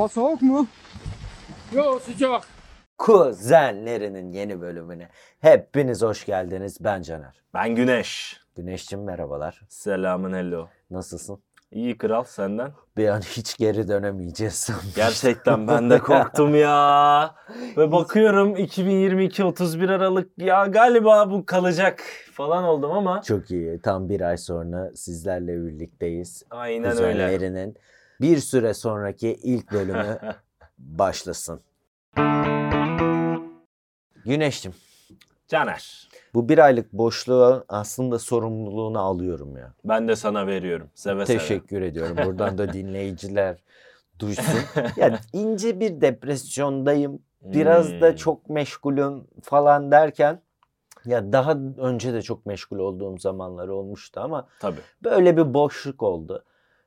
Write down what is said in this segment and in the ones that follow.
Hava soğuk mu? Yok, sıcak. Kuzenlerinin yeni bölümüne hepiniz hoş geldiniz. Ben Caner. Ben Güneş. Güneş'cim merhabalar. Selamın hello. Nasılsın? İyi kral, senden? Bir an hiç geri dönemeyeceğiz sanmıştım. Gerçekten ben de korktum ya. Ve bakıyorum 2022 31 Aralık ya galiba bu kalacak falan oldum ama. Çok iyi. Tam bir ay sonra sizlerle birlikteyiz. Aynen öyle. Kuzenlerinin bir süre sonraki ilk bölümü başlasın. Güneş'cim, Caner. bu bir aylık boşluğu aslında sorumluluğunu alıyorum ya. Ben de sana veriyorum. Seve seve. Teşekkür ediyorum. Buradan da dinleyiciler duysun. Yani ince bir depresyondayım. Biraz da çok meşgulüm falan derken ya daha önce de çok meşgul olduğum zamanlar olmuştu ama Tabii. böyle bir boşluk oldu.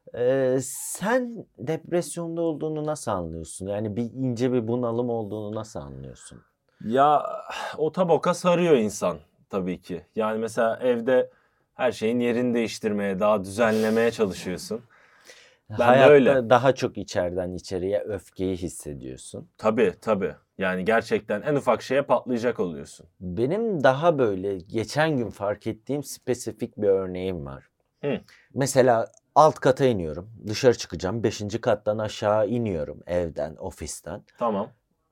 Sen depresyonda olduğunu nasıl anlıyorsun? Yani bir ince bir bunalım olduğunu nasıl anlıyorsun? Ya o taboka sarıyor insan tabii ki. Yani mesela evde her şeyin yerini değiştirmeye, daha düzenlemeye çalışıyorsun. Ben Hayatta de öyle. daha çok içeriden içeriye öfkeyi hissediyorsun. Tabii. Yani gerçekten en ufak şeye patlayacak oluyorsun. Benim daha böyle geçen gün fark ettiğim spesifik bir örneğim var. Hı. Mesela alt kata iniyorum. Dışarı çıkacağım. 5. kattan aşağı iniyorum evden, ofisten. Tamam.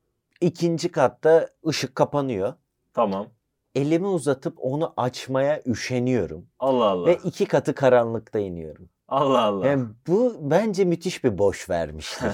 2. katta ışık kapanıyor. Tamam. Elimi uzatıp onu açmaya üşeniyorum. Allah Allah. Ve 2 katı karanlıkta iniyorum. Allah Allah. Yani bu bence müthiş bir boş vermişlik.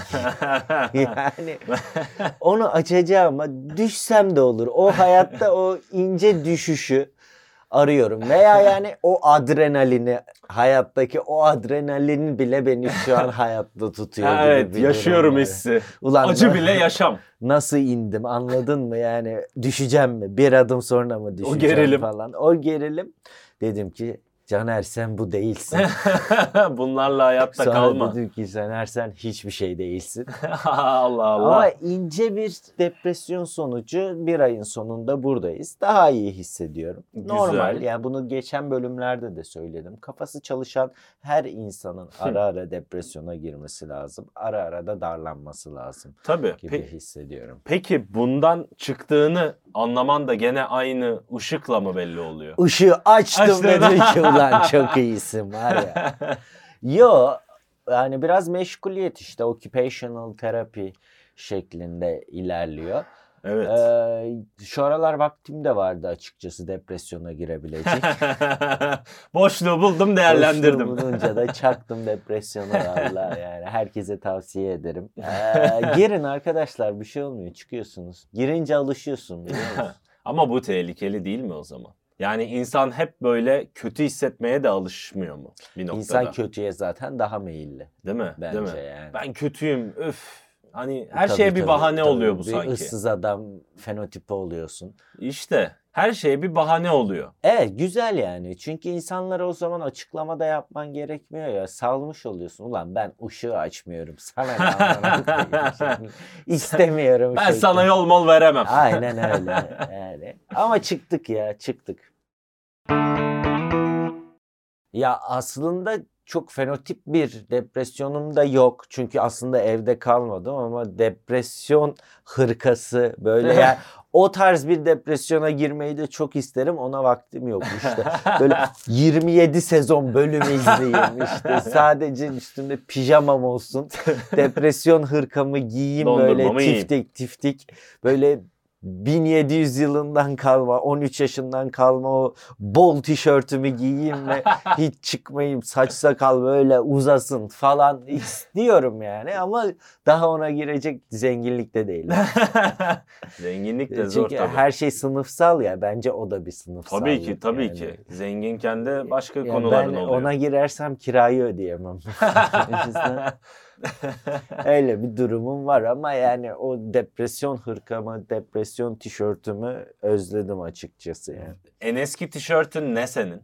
Yani onu açacağıma düşsem de olur. O hayatta o ince düşüşü arıyorum. Veya yani o adrenalini, hayattaki o adrenalin bile beni şu an hayatta tutuyor. gibi Evet, bir durum yaşıyorum var. hissi. Ulan Acı bile yaşam. nasıl indim, anladın mı? Yani düşeceğim mi? Bir adım sonra mı düşeceğim gerilim. falan. O gerilim. Dedim ki Caner sen bu değilsin. Bunlarla hayatta Sonra kalma. dedim ki Caner sen hiçbir şey değilsin. Allah Allah. Ama ince bir depresyon sonucu bir ayın sonunda buradayız. Daha iyi hissediyorum. Güzel. Normal, yani bunu geçen bölümlerde de söyledim. Kafası çalışan her insanın ara ara depresyona girmesi lazım. Ara ara da darlanması lazım Tabii. gibi hissediyorum. Peki bundan çıktığını anlaman da gene aynı ışıkla mı belli oluyor? Işığı açtım Açtın. dedim ki ulan çok iyisin var ya. Yo, yani biraz meşguliyet işte occupational therapy şeklinde ilerliyor. Evet. Şu aralar vaktim de vardı açıkçası depresyona girebilecek. Boşluğu buldum, değerlendirdim. Boşluğu bulunca da çaktım depresyona valla, yani herkese tavsiye ederim. Girin arkadaşlar, bir şey olmuyor, çıkıyorsunuz. Girince alışıyorsun, biliyor musun? Ama bu tehlikeli değil mi o zaman? Yani insan hep böyle kötü hissetmeye de alışmıyor mu bir noktada? İnsan kötüye zaten daha meyilli. Değil mi? Bence Değil mi? yani. Ben kötüyüm. Öf. Hani her Tabii, şeye bir tabii, bahane tabii. oluyor bu bir sanki. ıssız adam fenotipi oluyorsun. İşte her şeye bir bahane oluyor. Evet, güzel yani. Çünkü insanlara o zaman açıklama da yapman gerekmiyor ya. Salmış oluyorsun. Ulan ben ışığı açmıyorum. Sana ne amına koyayım? İstemiyorum. Ben şeklinde. sana yol mol veremem. Aynen öyle yani. Ama çıktık ya, çıktık. Ya aslında çok fenotip bir depresyonum da yok. Çünkü aslında evde kalmadım ama depresyon hırkası böyle yani o tarz bir depresyona girmeyi de çok isterim. Ona vaktim yok işte. Böyle 27 sezon bölüm izleyeyim işte. Sadece üstümde pijamam olsun. Depresyon hırkamı giyeyim böyle Dondurmamı yiyeyim. tiftik tiftik. Böyle 1700 yılından kalma, 13 yaşından kalma o bol tişörtümü giyeyim ve hiç çıkmayayım, saç sakal böyle uzasın falan istiyorum yani, ama daha ona girecek zenginlikte değilim. Zenginlik de zor Çünkü tabii. her şey sınıfsal ya, bence o da bir sınıfsal. Tabii ki. Zenginken de başka Ya konuların ben oluyor. ona girersem kirayı ödeyemem. O yüzden öyle bir durumum var ama yani o depresyon hırkamı, depresyon tişörtümü özledim açıkçası yani. En eski tişörtün ne senin?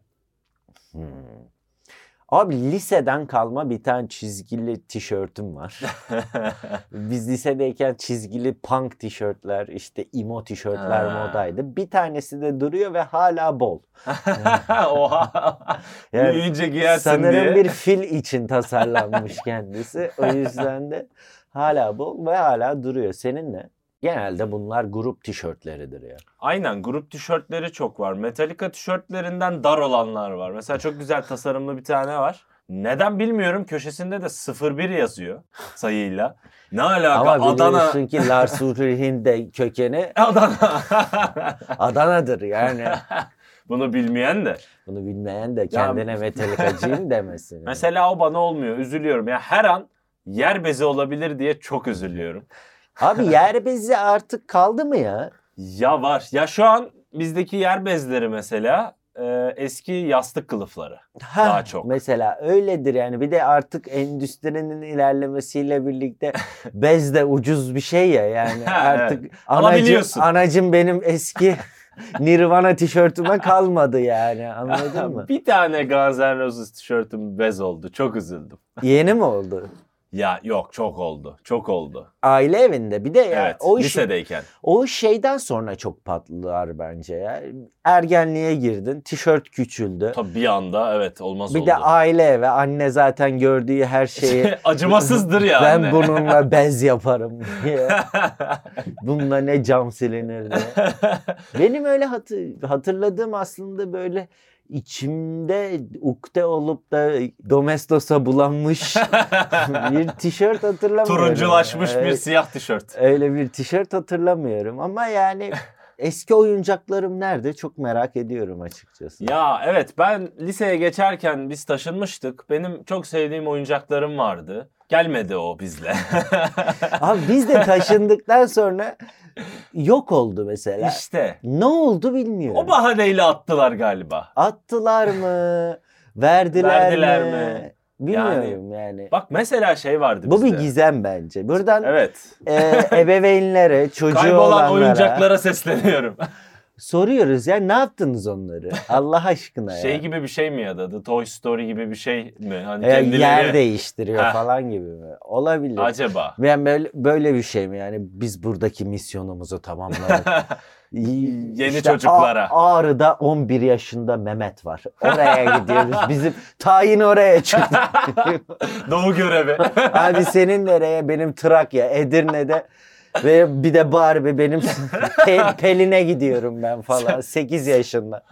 Abi liseden kalma bir tane çizgili tişörtüm var. Biz lisedeyken çizgili punk tişörtler, işte emo tişörtler modaydı. Bir tanesi de duruyor ve hala bol. Oha. Yani büyüyünce giyersin sanırım diye. bir fil için tasarlanmış kendisi. O yüzden de Hala bol ve hala duruyor. Senin ne? Genelde bunlar grup tişörtleridir ya. Aynen, grup tişörtleri çok var. Metallica tişörtlerinden dar olanlar var. Mesela çok güzel tasarımlı bir tane var. Neden bilmiyorum, köşesinde de 01 yazıyor sayıyla. Ne alaka? Ama Adana. biliyorsun ki Lars Ulrich'in de kökeni Adana. Adana'dır yani. Bunu bilmeyen de. Bunu bilmeyen de kendine Metallica'cıyım demesin. Yani. Mesela o bana olmuyor. Üzülüyorum. Ya her an yer bezi olabilir diye çok üzülüyorum. Abi yer bezi artık kaldı mı ya? Ya var. Ya şu an bizdeki yer bezleri mesela eski yastık kılıfları. Daha çok. Mesela öyledir yani. Bir de artık endüstrinin ilerlemesiyle birlikte bez de ucuz bir şey ya yani. Artık Evet. Alabiliyorsun. anacım benim eski Nirvana tişörtüme kalmadı yani. Anladın mı? Bir tane Guns N' Roses tişörtüm bez oldu. Çok üzüldüm. Yeni mi oldu? Ya yok, çok oldu. Çok oldu. Aile evinde bir de ya Evet. o iş, Lisedeyken. o şeyden sonra çok patlılar bence ya. Ergenliğe girdin, tişört küçüldü. Tabii bir anda evet olmaz Bir oldu. de aile eve, anne zaten gördüğü her şeyi Acımasızdır ya ben anne. bununla bez yaparım diye. Bununla ne cam silinir diye. Benim öyle hatırladığım aslında böyle içimde ukde olup da Domestos'a bulanmış bir tişört hatırlamıyorum. Turunculaşmış bir siyah tişört. Öyle bir tişört hatırlamıyorum ama yani eski oyuncaklarım nerede çok merak ediyorum açıkçası. Ya evet, ben liseye geçerken biz taşınmıştık. Benim çok sevdiğim oyuncaklarım vardı. Gelmedi o bizle. Abi biz de taşındıktan sonra yok oldu mesela. İşte. Ne oldu bilmiyorum. O bahaneyle attılar galiba. Attılar mı? Verdiler mi? mi? Bilmiyorum yani. Bak mesela şey vardı Bu bizde. bir gizem bence. Buradan Evet. ebeveynlere, çocuğu Kaybolan olanlara oyuncaklara sesleniyorum. soruyoruz ya ne yaptınız onları? Allah aşkına ya. Şey gibi bir şey mi ya da The Toy Story gibi bir şey mi? Hani kendileri... Yer değiştiriyor Heh. falan gibi mi? Olabilir. Acaba? Yani böyle bir şey mi yani? Biz buradaki misyonumuzu tamamladık. Yeni çocuklara. Ağrı'da 11 yaşında Mehmet var. Oraya gidiyoruz. Bizim tayin oraya çıktı. Doğu görevi. Abi senin nereye? Benim Trakya, Edirne'de ve bir de Barbie benim Pelin'e gidiyorum ben falan 8 yaşında.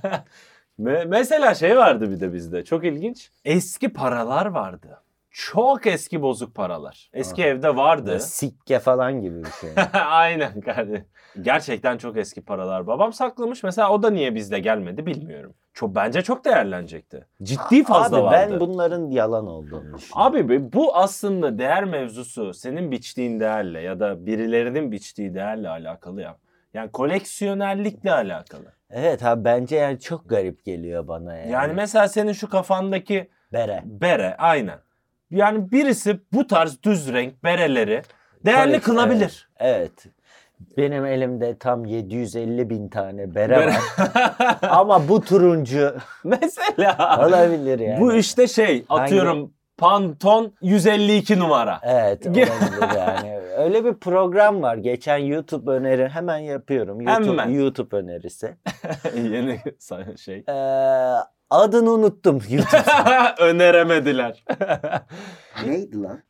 Mesela şey vardı bir de bizde. Çok ilginç. Eski paralar vardı. Çok eski bozuk paralar. Eski evde vardı. Sikke falan gibi bir şey. Aynen kardeşim. Gerçekten çok eski paralar. Babam saklamış. Mesela o da niye bizle gelmedi bilmiyorum. Bence çok değerlenecekti. Ciddi fazla Abi vardı. ben bunların yalan olduğunu düşünüyorum. Abi bu aslında değer mevzusu senin biçtiğin değerle ya da birilerinin biçtiği değerle alakalı ya. Yani koleksiyonerlikle alakalı. Evet abi bence yani çok garip geliyor bana yani. Yani mesela senin şu kafandaki bere aynen. Yani birisi bu tarz düz renk bereleri değerli kılabilir. Evet. Benim elimde tam 750.000 tane bere var. Ama bu turuncu Mesela. olabilir yani. Bu işte atıyorum Pantone 152 numara. Evet olabilir yani. Öyle bir program var. Geçen YouTube öneri hemen yapıyorum. YouTube önerisi. Yeni şey. Adını unuttum YouTube. Öneremediler. Neydi lan?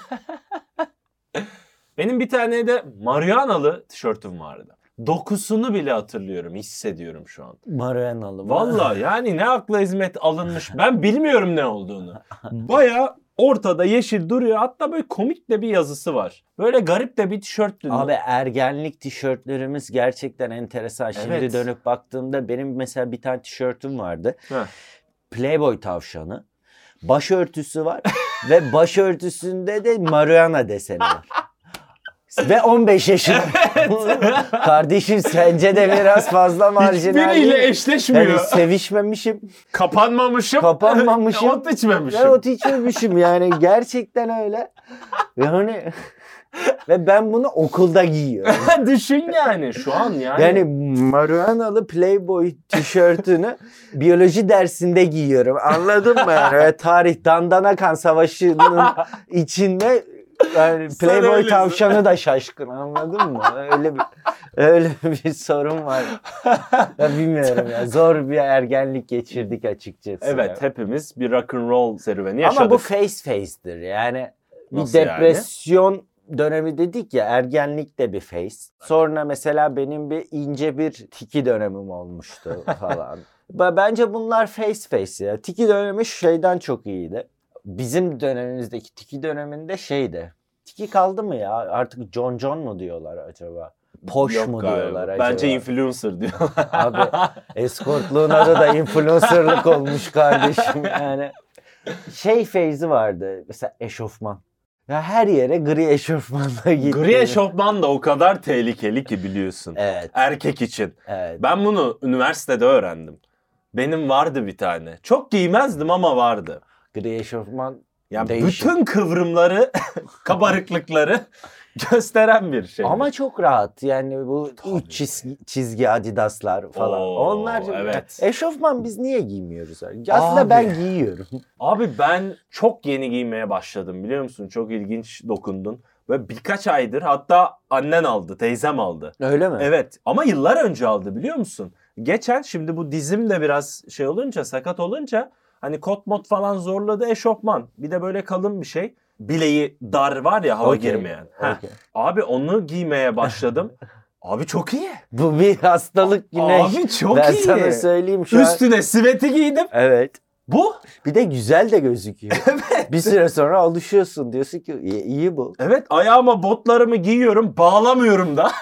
Benim bir tane de Marianalı tişörtüm vardı. Dokusunu bile hatırlıyorum, hissediyorum şu an. Marianalı mı? Vallahi yani ne akla hizmet alınmış. Ben bilmiyorum ne olduğunu. Baya ortada yeşil duruyor. Hatta böyle komik de bir yazısı var. Böyle garip de bir tişörttü. Abi ergenlik tişörtlerimiz gerçekten enteresan. Şimdi Evet. dönüp baktığımda benim mesela bir tane tişörtüm vardı. Heh. Playboy tavşanı. Başörtüsü var ve başörtüsünde de marihuana deseni var. Ve 15 yaşında. Kardeşim sence de biraz fazla marjinal. Hiçbiriyle eşleşmiyor. Yani sevişmemişim. Kapanmamışım. Ot içmemişim. Ve ot içmemişim yani gerçekten öyle. Yani ve ben bunu okulda giyiyorum. Düşün yani şu an yani. Yani marihuanalı Playboy tişörtünü biyoloji dersinde giyiyorum. Anladın mı? Yani tarih Dandanakan Savaşı'nın içinde yani Playboy tavşanı da şaşkın. Anladın mı? Öyle bir sorun var. Ya bilmiyorum ya. Zor bir ergenlik geçirdik açıkçası. Evet ya. hepimiz bir rock and roll serüveni yaşadık. Ama bu face'tir yani. Bir Nasıl yani? depresyon dönemi dedik ya, ergenlik de bir phase. Sonra mesela benim bir ince bir tiki dönemim olmuştu falan. Bence bunlar phase ya. Tiki dönemi şeyden çok iyiydi. Bizim dönemimizdeki tiki döneminde şeydi. Tiki kaldı mı ya? Artık John mu diyorlar acaba? Poş Yok mu galiba. diyorlar acaba? Bence influencer diyor. Abi eskortluğun adı da influencerlık olmuş kardeşim yani. Şey feyzi vardı mesela, eşofman. Ya her yere gri eşofmanla gitti. Gri eşofman da o kadar tehlikeli ki biliyorsun. Evet. Erkek için. Evet. Ben bunu üniversitede öğrendim. Benim vardı bir tane. Çok giymezdim ama vardı. Gri eşofman Yani değişik. bütün kıvrımları, kabarıklıkları gösteren bir şey. Ama çok rahat yani, bu Tabii. üç çizgi Adidaslar falan. Oo, Onlar evet. eşofman biz niye giymiyoruz? Aslında Abi. ben giyiyorum. Abi ben çok yeni giymeye başladım biliyor musun? Çok ilginç dokundun. Ve birkaç aydır, hatta annen aldı, teyzem aldı. Öyle mi? Evet ama yıllar önce aldı biliyor musun? Geçen şimdi bu dizim de biraz şey olunca, sakat olunca hani kot mod falan zorladı, eşofman. Bir de böyle kalın bir şey. Bileği dar var ya, hava Okey, girmeyen. Heh. okey. Abi onu giymeye başladım. Abi çok iyi. Bu bir hastalık Güneş. Abi çok ben iyi. sana söyleyeyim şu an. Üstüne siveti giydim. Evet. Bu. Bir de güzel de gözüküyor. Evet. Bir süre sonra alışıyorsun. Diyorsun ki iyi bu. Evet, ayağıma botlarımı giyiyorum, bağlamıyorum da.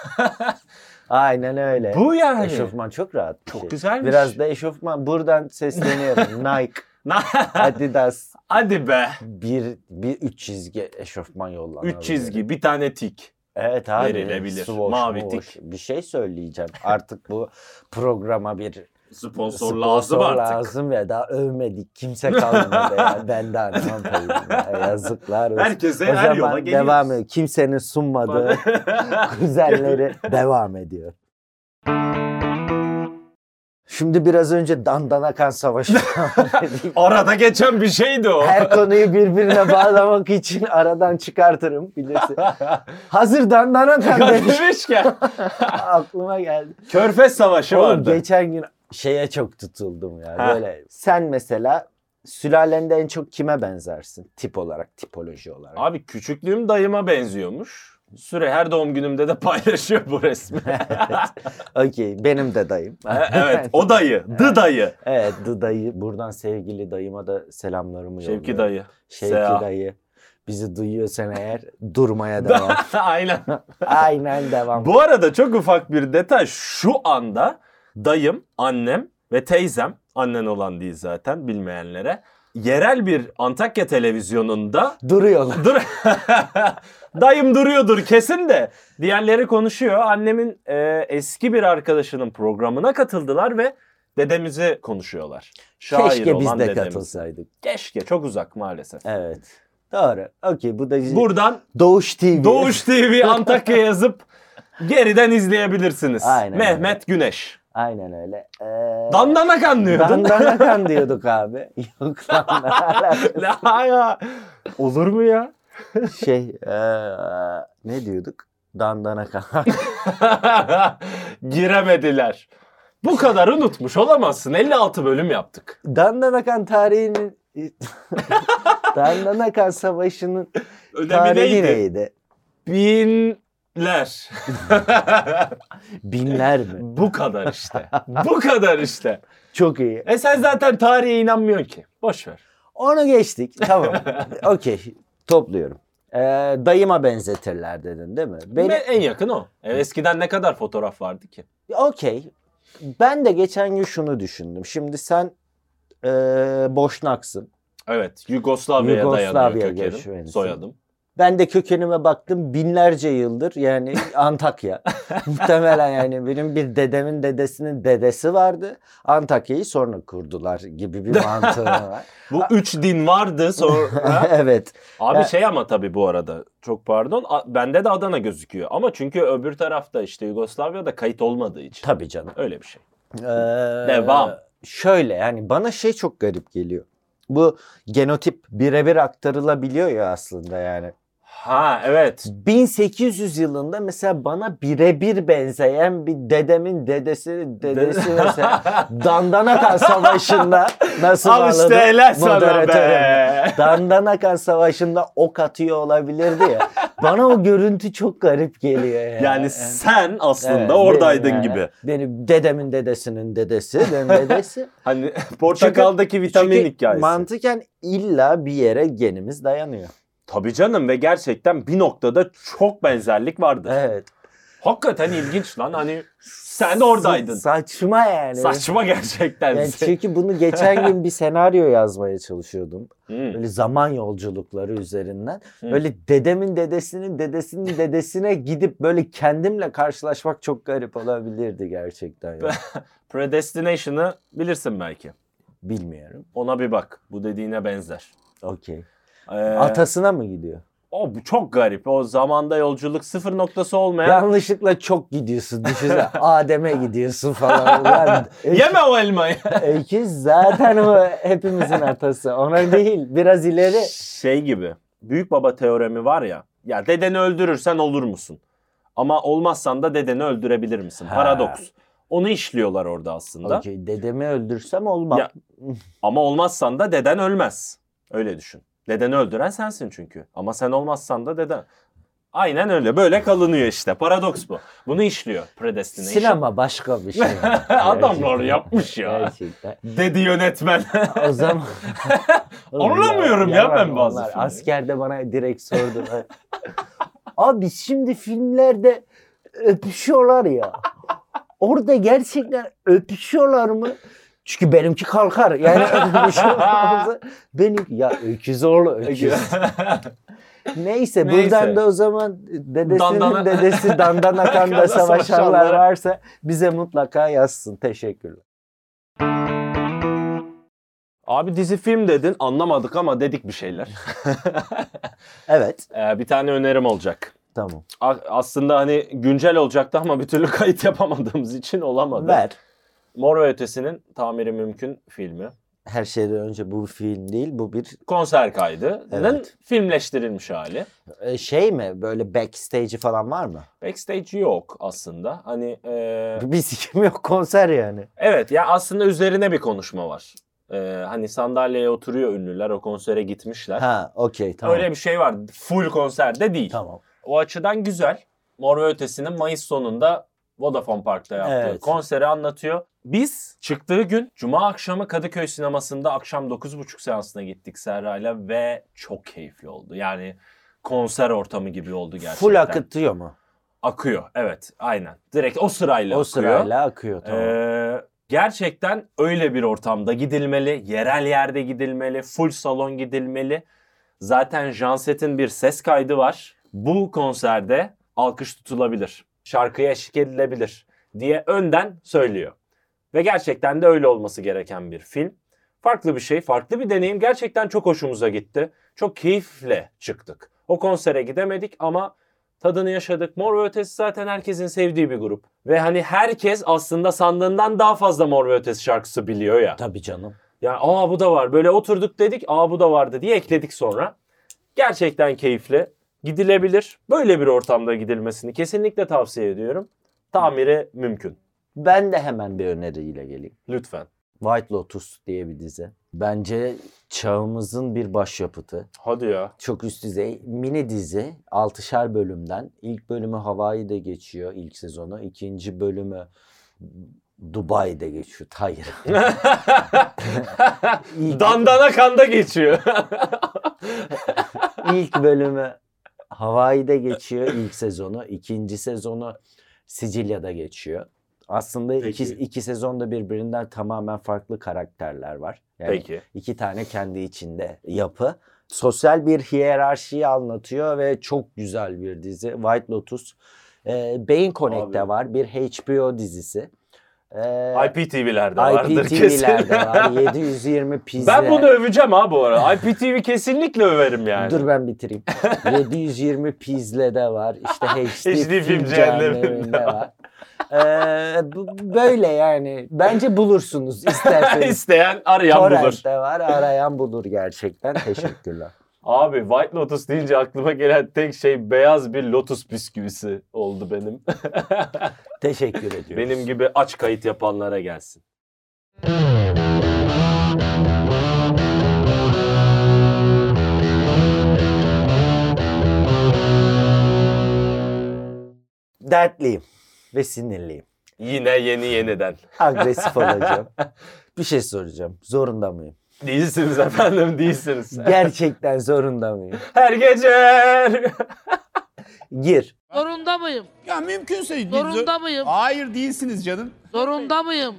Aynen öyle. Bu yani. Eşofman çok rahat bir Çok şey. güzelmiş. Biraz da eşofman. Buradan sesleniyorum. Nike, Adidas. Hadi be. Bir üç çizgi eşofman yollanabilir. 3 çizgi, bir tane tik. Evet abi. Verilebilir. Swoosh, Mavi muvosh. tik. Bir şey söyleyeceğim. Artık bu programa bir Sponsor lazım sponsor artık. lazım ya. Daha övmedik. Kimse kalmadı ya. Ben de anlamam tabii. Yazıklar olsun. Herkese O her yola zaman geliyoruz. devam ediyor. Kimsenin sunmadığı güzelleri devam ediyor. Şimdi biraz önce Dandanakan Savaşı dedik. Arada geçen bir şeydi o. Her konuyu birbirine bağlamak için aradan çıkartırım bilirsin. Hazır Dandanakan demiş. Demişken. Aklıma geldi. Körfez Savaşı Oğlum vardı. geçen gün şeye çok tutuldum ya. Ha. Böyle sen mesela sülalende en çok kime benzersin? Tip olarak, tipoloji olarak. Abi küçüklüğüm dayıma benziyormuş. Her doğum günümde de paylaşıyor bu resmi. Okey, benim de dayım. Evet, o dayı. Dayı. Evet, dayı. Buradan sevgili dayıma da selamlarımı yolluyorum. Şevki dayı. Şevki Seha. dayı. Bizi duyuyorsan eğer durmaya devam. Aynen. Aynen devam. Bu arada çok ufak bir detay. Şu anda dayım, annem ve teyzem, annen olan değil zaten bilmeyenlere, yerel bir Antakya televizyonunda Duruyorlar. dayım duruyordur kesin de diğerleri konuşuyor. Annemin eski bir arkadaşının programına katıldılar ve dedemizi konuşuyorlar. Şair Keşke biz olan de dedemizi. katılsaydık. Keşke, çok uzak maalesef. Evet. Doğru. Okey, bu da Buradan Doğuş TV. Doğuş TV Antakya yazıp geriden izleyebilirsiniz. Aynen Mehmet Güneş. Aynen öyle. Dandanakan diyordun. Dandanakan diyorduk abi. Yok lan, ne alakası? La ya. Olur mu ya? Ne diyorduk? Dandanakan. Giremediler. Bu kadar unutmuş olamazsın. 56 bölüm yaptık. Dandanakan tarihinin Dandanakan Savaşı'nın Önemi tarihi neydi? neydi? Binler. Binler mi? Bu kadar işte. Bu kadar işte. Çok iyi. Sen zaten tarihe inanmıyorsun ki. Boş ver. Onu geçtik. Tamam. Okey. Topluyorum. Dayıma benzetirler dedin değil mi? En yakın o. Eskiden ne kadar fotoğraf vardı ki? Okey. Ben de geçen gün şunu düşündüm. Şimdi sen Boşnaksın. Evet. Yugoslavya'ya dayanıyor kökenim. göçmenisin. Soyadım. Ben de kökenime baktım, binlerce yıldır yani Antakya. Muhtemelen yani benim bir dedemin dedesinin dedesi vardı. Antakya'yı sonra kurdular gibi bir mantığı var. Bu 3 din vardı sonra. Evet. Abi Ya- ama tabii bu arada çok pardon. Bende de Adana gözüküyor. Ama çünkü öbür tarafta işte Yugoslavya'da kayıt olmadığı için. Tabii canım. Öyle bir şey. Devam. Şöyle yani bana şey çok garip geliyor. Bu genotip birebir aktarılabiliyor ya aslında yani. Ha evet. 1800 yılında mesela bana birebir benzeyen bir dedemin dedesi mesela Dandanakan Savaşı'nda nasıl Al işte bağladı helal sana moderatörüm. be. Dandanakan Savaşı'nda ok atıyor olabilirdi ya. Bana o görüntü çok garip geliyor ya. Yani sen aslında Evet, oradaydın benim gibi. Benim dedemin dedesinin dedesi, benim dedesi. Hani portakaldaki vitamin Çünkü hikayesi. mantıken illa bir yere genimiz dayanıyor. Tabii canım ve gerçekten bir noktada çok benzerlik vardır. Evet. Hakikaten ilginç lan hani sen de oradaydın. Saçma yani. Saçma gerçekten. Yani çünkü bunu geçen gün bir senaryo yazmaya çalışıyordum. Hmm. Böyle zaman yolculukları üzerinden. Hmm. Böyle dedemin dedesinin dedesinin dedesine gidip böyle kendimle karşılaşmak çok garip olabilirdi gerçekten. Yani. Predestination'ı bilirsin belki. Bilmiyorum. Ona bir bak. Bu dediğine benzer. Okey. Ee, Atasına mı gidiyor? bu çok garip. O zamanda yolculuk sıfır noktası olmayan. Yanlışlıkla çok gidiyorsun. Düşünsene Adem'e gidiyorsun falan. Ulan, Yeme o elmayı. Öküz zaten o hepimizin atası. Ona değil. Biraz ileri. Şey gibi. Büyük baba teoremi var ya. Ya dedeni öldürürsen olur musun? Ama olmazsan da dedeni öldürebilir misin? Ha. Paradoks. Onu işliyorlar orada aslında. Okey. Dedemi öldürsem olmam. Ya, ama olmazsan da deden ölmez. Öyle düşün. Dedeni öldüren sensin çünkü. Ama sen olmazsan da deden. Aynen öyle. Böyle kalınıyor işte. Paradoks bu. Bunu işliyor Predestination. Sinema başka bir şey. Adamlar Gerçekten. yapmış ya. Gerçekten. Dedi yönetmen. O zaman... Anlamıyorum ya ben bazı onlar. filmleri. Askerde bana direkt sordular. Abi şimdi filmlerde öpüşüyorlar ya. Orada gerçekten öpüşüyorlar mı? Çünkü benimki kalkar. Yani öpüşüyorlar. Benim ya öküz oğlu öküz. Neyse buradan da o zaman dedesinin dedesi Dandanakan'da savaşanlar varsa bize mutlaka yazsın. Teşekkürler. Abi dizi film dedin anlamadık ama dedik bir şeyler. Evet. Bir tane önerim olacak. Tamam. Aslında hani güncel olacaktı ama bir türlü kayıt yapamadığımız için olamadı. Ver. Mor ve Ötesi'nin Tamiri Mümkün filmi. Her şeyden önce bu bir film değil, bu bir Konser kaydının Evet. filmleştirilmiş hali. şey mi? Böyle backstage'i falan var mı? Backstage yok aslında. Hani Bir sikim yok, konser yani. evet ya aslında üzerine bir konuşma var. Hani sandalyeye oturuyor ünlüler o konsere gitmişler. Ha, okey, tamam. Öyle bir şey var. Full konserde değil. Tamam. O açıdan güzel. Mor ve Ötesi'nin Mayıs sonunda Vodafone Park'ta yaptığı Evet. konseri anlatıyor. Biz çıktığı gün Cuma akşamı Kadıköy sinemasında akşam 9.30 seansına gittik Serra'yla ve çok keyifli oldu. Yani konser ortamı gibi oldu gerçekten. Full akıtıyor mu? Akıyor evet aynen. Direkt o sırayla O akıyor. sırayla akıyor, tamam. Gerçekten öyle bir ortamda gidilmeli. Yerel yerde gidilmeli. Full salon gidilmeli. Zaten Janset'in bir ses kaydı var. Bu konserde alkış tutulabilir. Şarkıya eşlik edilebilir diye önden söylüyor. Ve gerçekten de öyle olması gereken bir film. Farklı bir şey, farklı bir deneyim. Gerçekten çok hoşumuza gitti. Çok keyifle çıktık. O konsere gidemedik ama tadını yaşadık. Mor ve Ötesi zaten herkesin sevdiği bir grup. Ve hani herkes aslında sandığından daha fazla Mor ve Ötesi şarkısı biliyor ya. Tabii canım. Yani bu da var. Böyle oturduk dedik bu da vardı diye ekledik sonra. Gerçekten keyifli. Gidilebilir. Böyle bir ortamda gidilmesini kesinlikle tavsiye ediyorum. Tamiri mümkün. Ben de hemen bir öneriyle geleyim. Lütfen. White Lotus diye bir dizi. Bence çağımızın bir başyapıtı. Hadi ya. Çok üst düzey. Mini dizi. 6'şer bölümden. İlk bölümü Hawaii'de geçiyor ilk sezonu. İkinci bölümü Dubai'de geçiyor. Hayır. Dandana kanda geçiyor. İlk bölümü Hawaii'de geçiyor ilk sezonu. İkinci sezonu Sicilya'da geçiyor. Aslında iki sezonda birbirinden tamamen farklı karakterler var. Yani Peki. iki tane kendi içinde yapı. Sosyal bir hiyerarşiyi anlatıyor ve çok güzel bir dizi. White Lotus. Beyin Connect'te var. Bir HBO dizisi. IPTV'lerde vardır kesin. IPTV'lerde var. 720 pizle. Ben bunu öveceğim bu arada. IPTV kesinlikle överim yani. Dur ben bitireyim. 720 pizle'de var. İşte HD film cehenneminde var. Böyle yani. Bence bulursunuz isterseniz. İsteyen arayan bulur. Torrent'te var. Arayan bulur gerçekten. Teşekkürler. Abi White Lotus deyince aklıma gelen tek şey beyaz bir lotus bisküvisi oldu benim. Teşekkür ediyorum. Benim gibi aç kayıt yapanlara gelsin. Dertliyim ve sinirliyim. Yine yeniden. Agresif olacağım. Bir şey soracağım. Zorunda mıyım? Değilsiniz efendim, değilsiniz. Gerçekten zorunda mıyım? Her gece. Gir. Zorunda mıyım? Ya mümkünse... Zorunda mıyım? Hayır değilsiniz canım. Zorunda mıyım?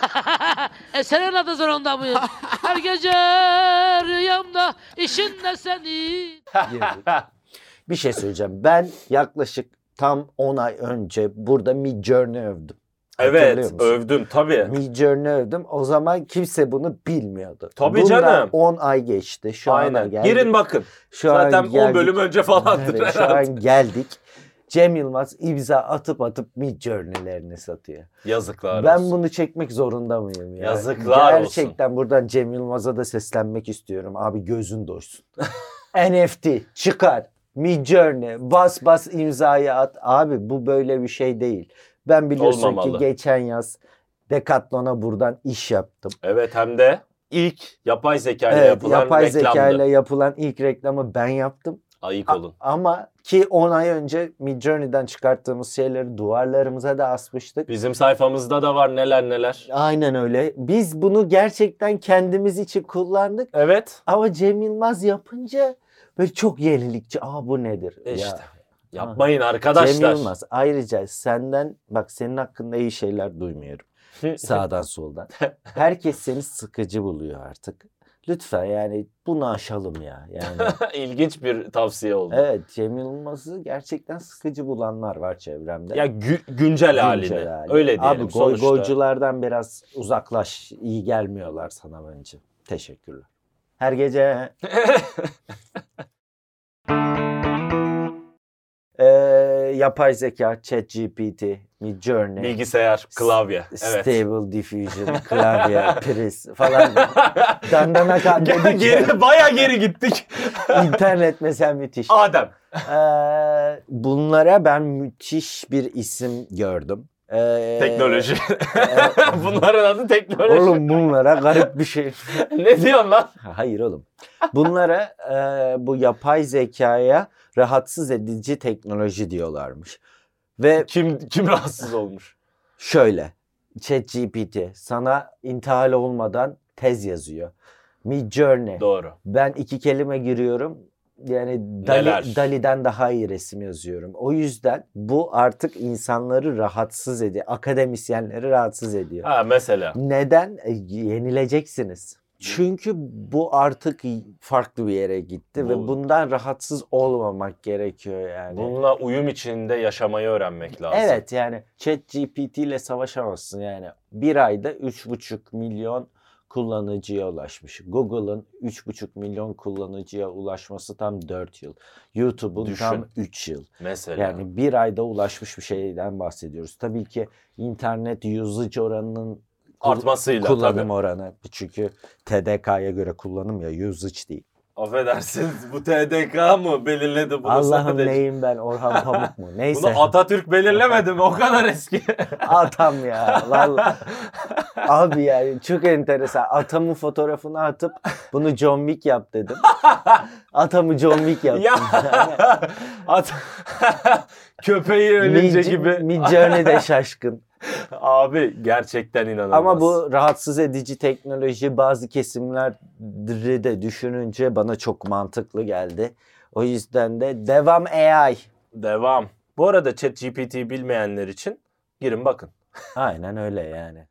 Eserin adı zorunda mıyım? Her gece rüyamda işinde senin. Girdik. Bir şey söyleyeceğim. Ben yaklaşık tam 10 ay önce burada Midjourney övdüm. Hatırlıyor Evet, musun? övdüm tabii. Midjourney övdüm. O zaman kimse bunu bilmiyordu. Tabii Bundan canım. 10 ay geçti. Şu ana Aynen. geldik. Girin bakın. Şu Zaten an 10 geldik. bölüm önce falandır Evet, şu herhalde. an geldik. Cem Yılmaz imza atıp Midjourney'lerini satıyor. Yazıklar Ben olsun. bunu çekmek zorunda mıyım ya? Yazıklar olsun. Gerçekten buradan Cem Yılmaz'a da seslenmek istiyorum. Abi gözün doysun. NFT çıkar. Midjourney bas imzayı at. Abi bu böyle bir şey değil. Ben biliyorsun Olmamalı. ki geçen yaz Decathlon'a buradan iş yaptım. Evet, hem de ilk yapay zeka ile Evet, yapılan yapay reklamdı. zeka ile yapılan ilk reklamı ben yaptım. Ayık olun. Ama ki 10 ay önce Midjourney'den çıkarttığımız şeyleri duvarlarımıza da asmıştık. Bizim sayfamızda da var neler. Aynen öyle. Biz bunu gerçekten kendimiz için kullandık. Evet. Ama Cem Yılmaz yapınca böyle çok yenilikçi. Bu nedir? İşte. Yapmayın arkadaşlar. Cem Yılmaz. Ayrıca senden bak senin hakkında iyi şeyler duymuyorum. Sağdan soldan. Herkes seni sıkıcı buluyor artık. Lütfen yani bunu aşalım ya. Yani İlginç bir tavsiye oldu. evet Cem Yılmaz'ı gerçekten sıkıcı bulanlar var çevremde. Ya güncel halini. hali. Öyle diyelim Abi sonuçta. goyculardan biraz uzaklaş. İyi gelmiyorlar sana bence. Teşekkürler. Her gece yapay zeka, ChatGPT, Midjourney, Bilgisayar, klavye. Evet. Stable Diffusion, klavye, priz falan. Dandana dedik ya. Baya geri gittik. İnternet mesela müthiş. Adem. Bunlara ben müthiş bir isim gördüm. Teknoloji. Bunların adı teknoloji. Oğlum bunlara garip bir şey. Ne diyorsun lan? Hayır oğlum. Bunlara bu yapay zekaya rahatsız edici teknoloji diyorlarmış. Ve Kim rahatsız olmuş? şöyle. ChatGPT sana intihal olmadan tez yazıyor. Midjourney. Doğru. Ben 2 kelime giriyorum. Yani Neler? Dali'den daha iyi resim yazıyorum. O yüzden bu artık insanları rahatsız ediyor. Akademisyenleri rahatsız ediyor. Ha mesela. Neden? Yenileceksiniz. Çünkü bu artık farklı bir yere gitti ve bundan rahatsız olmamak gerekiyor yani. Bununla uyum içinde yaşamayı öğrenmek lazım. Evet yani ChatGPT ile savaşamazsın yani. Bir ayda 3,5 milyon kullanıcıya ulaşmış. Google'ın 3,5 milyon kullanıcıya ulaşması tam 4 yıl. YouTube'un Düşün. tam 3 yıl. Mesela. Yani bir ayda ulaşmış bir şeyden bahsediyoruz. Tabii ki internet usage oranının Artmasıyla kullanım tabii. oranı. Çünkü TDK'ya göre kullanım ya usage değil. Affedersiniz, bu TDK mı belirledi bunu Allah'ım sadece? neyim ben Orhan Pamuk mu? Neyse. Bunu Atatürk belirlemedi mi? O kadar eski. Atam ya. Vallahi. Abi yani çok enteresan. Atamın fotoğrafını atıp bunu John Wick yap dedim. Atamı John Wick yaptım. Ya. Köpeği ölünce gibi. Midjourney de şaşkın. Abi gerçekten inanılmaz. Ama bu rahatsız edici teknoloji bazı kesimleri de düşününce bana çok mantıklı geldi. O yüzden de devam AI. Devam. Bu arada ChatGPT bilmeyenler için girin bakın. Aynen öyle yani.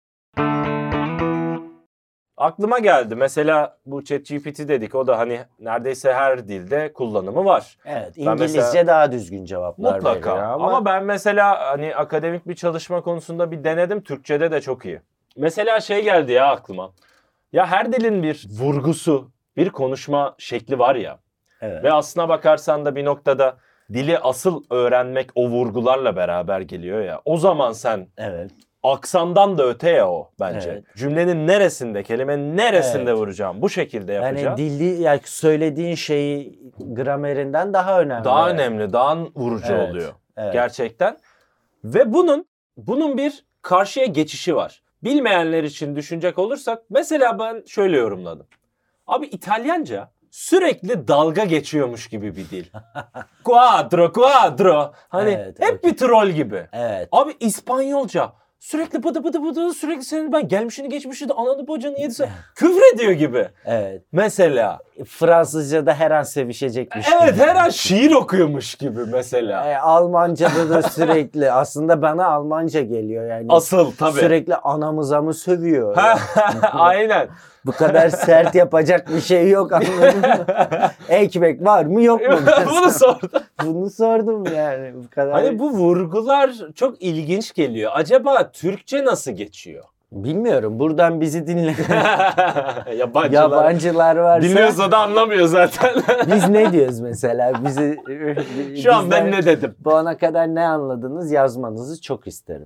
Aklıma geldi. Mesela bu ChatGPT dedik. O da hani neredeyse her dilde kullanımı var. Evet, Ben İngilizce mesela- daha düzgün cevaplar Mutlaka. veriyor Ama ben mesela hani akademik bir çalışma konusunda bir denedim. Türkçede de çok iyi. Mesela şey geldi ya aklıma. Ya her dilin bir vurgusu, bir konuşma şekli var ya. evet. Ve aslına bakarsan da bir noktada dili asıl öğrenmek o vurgularla beraber geliyor ya. O zaman sen Evet. aksandan da öte ya o bence. Evet. Cümlenin neresinde, kelimenin neresinde Evet. vuracağım. Bu şekilde yapacağım. Yani dilli, yani söylediğin şeyi gramerinden daha önemli. Daha önemli, daha vurucu Evet, oluyor. evet. Gerçekten. Ve bunun bir karşıya geçişi var. Bilmeyenler için düşünecek olursak mesela ben şöyle yorumladım. Abi İtalyanca sürekli dalga geçiyormuş gibi bir dil. Quadro. Hani Evet, hep okey. bir troll gibi. Evet. Abi İspanyolca sürekli bıdı sürekli senin ben gelmişini geçmişini de ananı bacanı yedisi küfür ediyor gibi. Evet. Mesela. Fransızca'da her an sevişecekmiş Evet gibi. her an şiir okuyormuş gibi mesela. Almanca'da da sürekli aslında bana Almanca geliyor yani. Asıl tabii. Sürekli anamıza mı sövüyor? Aynen. Bu kadar sert yapacak bir şey yok, anladın mı? Ekmek var mı yok mu? Bunu sordum. Bunu sordum yani. Bu kadar. Hani bu vurgular çok ilginç geliyor. Acaba Türkçe nasıl geçiyor? Bilmiyorum. Buradan bizi dinle. Yabancılar. Yabancılar varsa Dinliyorsa da anlamıyor zaten. biz ne diyoruz mesela? Şu an ben bizden ne dedim? bu ana kadar ne anladınız yazmanızı çok isterim.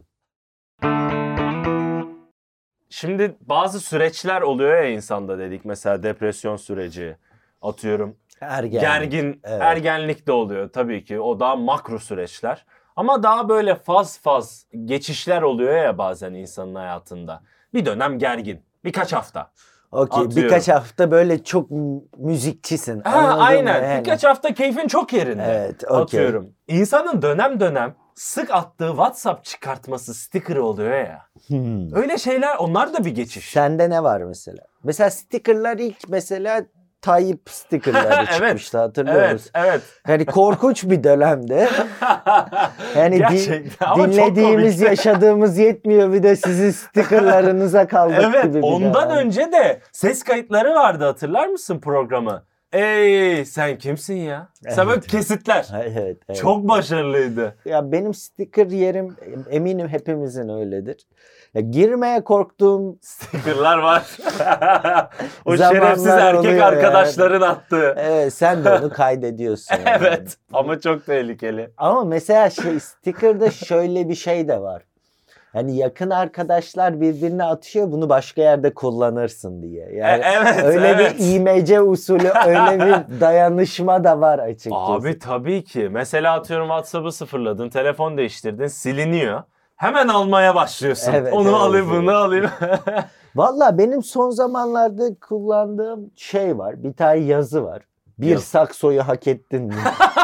Şimdi bazı süreçler oluyor ya insanda dedik. Mesela depresyon süreci. Atıyorum. Gergin, Evet. ergenlik de oluyor tabii ki. O daha makro süreçler. Ama daha böyle faz geçişler oluyor ya bazen insanın hayatında. Bir dönem gergin. Birkaç hafta. Okey. Atıyorum. Birkaç hafta böyle çok müzikçisin. Ha, Anladın mı? aynen. Yani. Birkaç hafta keyfin çok yerinde. Evet, okey. Atıyorum. İnsanın dönem sık attığı WhatsApp çıkartması sticker'ı oluyor ya. Öyle şeyler onlar da bir geçiş. Sende ne var mesela? Mesela stickerlar ilk mesela Tayyip stickerları Evet. çıkmıştı, hatırlıyoruz. Evet. Yani korkunç bir dönemde. Yani Gerçekten ama çok dinlediğimiz, komikti. yaşadığımız yetmiyor, bir de sizin stickerlarınıza kaldık Evet, gibi bir ondan dönem. önce de ses kayıtları vardı, hatırlar mısın programı? Ey sen kimsin ya? Sen böyle kesitler. Evet, evet. Çok başarılıydı. Ya benim sticker yerim eminim hepimizin öyledir. Ya girmeye korktuğum Stickerlar var. O Zamanlar şerefsiz erkek oluyor arkadaşların attığı. evet, sen de onu kaydediyorsun. yani. Evet ama çok tehlikeli. Ama mesela sticker'da şöyle bir şey de var. Hani yakın arkadaşlar birbirine atıyor, bunu başka yerde kullanırsın diye. Yani Evet, öyle evet. bir imece usulü, öyle bir dayanışma da var açıkçası. Abi tabii ki. Mesela atıyorum WhatsApp'ı sıfırladın, telefon değiştirdin, siliniyor. Hemen almaya başlıyorsun. Evet, Onu evet, alayım, evet. bunu alayım. Valla benim son zamanlarda kullandığım şey var. Bir tane yazı var. Bir Yaz. saksoyu hak ettin mi?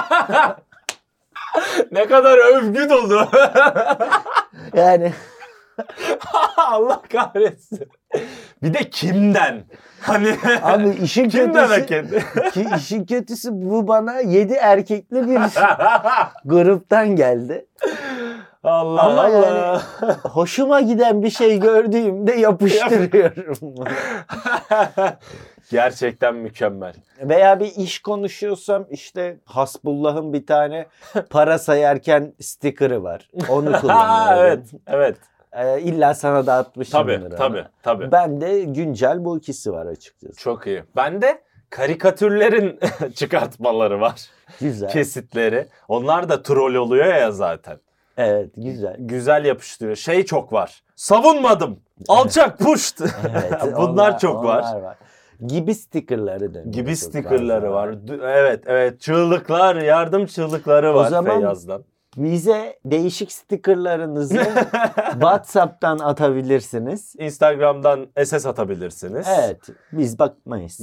Ne kadar övgü dolu. Yani Allah kahretsin. Bir de kimden? Hani abi işin kimden hak kötüsü, etti? işin kötüsü bu bana 7 erkekli bir gruptan geldi. Allah Ama Allah. Hoşuma giden bir şey gördüğümde yapıştırıyorum. Gerçekten mükemmel. Veya bir iş konuşuyorsam işte Hasbullah'ın bir tane para sayarken sticker'ı var. Onu kullanıyorum. Evet. İlla sana da atmışımdır. Tabii. Ben de güncel bu ikisi var açıkçası. Çok iyi. Bende karikatürlerin çıkartmaları var. Güzel. Kesitleri. Onlar da troll oluyor ya zaten. Evet, güzel. Güzel yapıştırıyor. Şey çok var. Savunmadım. Alçak puşt. Evet, Bunlar çok var. onlar var. Gibi stickerları da. Gibi stickerları var. Evet. Çığlıklar, yardım çığlıkları var zaman- Feyyaz'dan. Bize değişik stickerlarınızı WhatsApp'tan atabilirsiniz. Instagram'dan SS atabilirsiniz. Evet, biz bakmayız.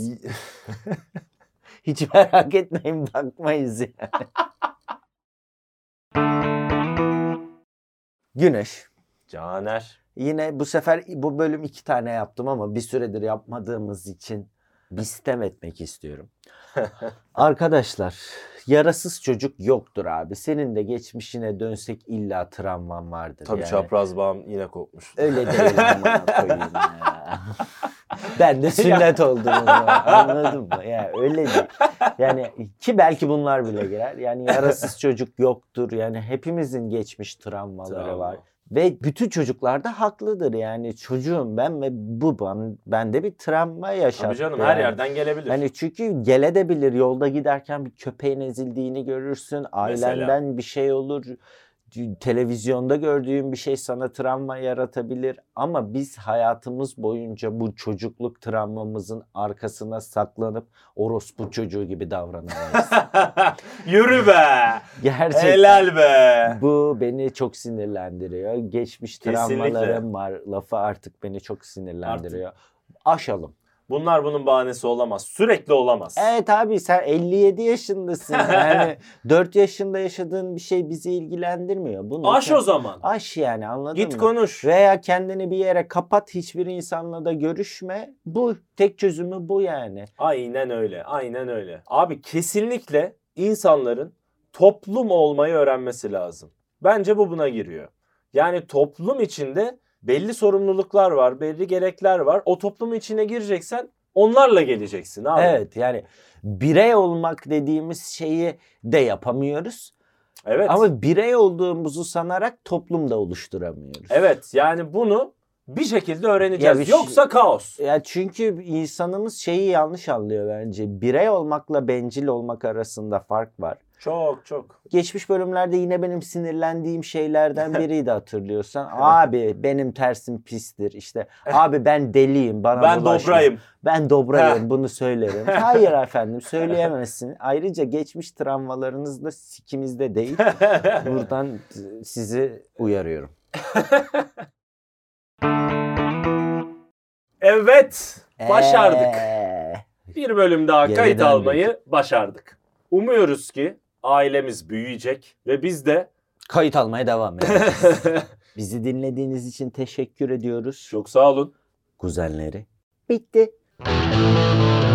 Hiç merak etmeyin, bakmayız yani. Güneş. Caner. Yine bu sefer bu bölüm 2 tane yaptım ama bir süredir yapmadığımız için bir sitem etmek istiyorum. Arkadaşlar, yarasız çocuk yoktur abi. Senin de geçmişine dönsek illa travman vardır. Tabii yani. çapraz bağım yine kopmuş. Öyle değil amına koyayım ya. Ben de sünnet oldum o zaman, anladın mı? Yani öyle değil. Yani ki belki bunlar bile girer. Yani yarasız çocuk yoktur. Yani hepimizin geçmiş travmaları var. Ve bütün çocuklar da haklıdır. Yani çocuğum ben ve bende bir travma yaşattı. Tabii canım yani. her yerden gelebilir. Hani çünkü gelebilir, yolda giderken bir köpeğin ezildiğini görürsün. Ailenden bir şey olur. televizyonda gördüğün bir şey sana travma yaratabilir ama biz hayatımız boyunca bu çocukluk travmamızın arkasına saklanıp orospu çocuğu gibi davranamayız. Yürü be. Gerçekten. Helal be. Bu beni çok sinirlendiriyor. Geçmiş Kesinlikle. travmalarım var. Lafı artık beni çok sinirlendiriyor. Aşalım. Bunlar bunun bahanesi olamaz. Sürekli olamaz. Evet abi sen 57 yaşındasın. Yani 4 yaşında yaşadığın bir şey bizi ilgilendirmiyor. Bunu Aş o zaman. Aş yani, anladın Git mı? konuş. Veya kendini bir yere kapat, hiçbir insanla da görüşme. Bu tek çözümü bu yani. Aynen öyle. Aynen öyle. Abi kesinlikle insanların toplum olmayı öğrenmesi lazım. Bence bu buna giriyor. Yani toplum içinde belli sorumluluklar var, belli gerekler var. O toplumun içine gireceksen onlarla geleceksin abi. Evet yani birey olmak dediğimiz şeyi de yapamıyoruz. Evet. Ama birey olduğumuzu sanarak toplum da oluşturamıyoruz. Evet yani bunu bir şekilde öğreneceğiz. Ya bir Yoksa kaos. Ya çünkü insanımız şeyi yanlış anlıyor bence. Birey olmakla bencil olmak arasında fark var. Çok çok. Geçmiş bölümlerde yine benim sinirlendiğim şeylerden biriydi, hatırlıyorsan. Abi benim tersim pistir. İşte abi ben deliyim. Bana Ben bulaşma. dobrayım. Ben dobrayım, bunu söylerim. Hayır efendim, söyleyemezsin. Ayrıca geçmiş travmalarınız da sikimizde değil. Buradan sizi uyarıyorum. Evet. Başardık. Ee, Bir bölüm daha Geri kayıt döndük. almayı başardık. Umuyoruz ki ailemiz büyüyecek ve biz de Kayıt almaya devam edeceğiz. Bizi dinlediğiniz için teşekkür ediyoruz. çok sağ olun. Kuzenleri. Bitti.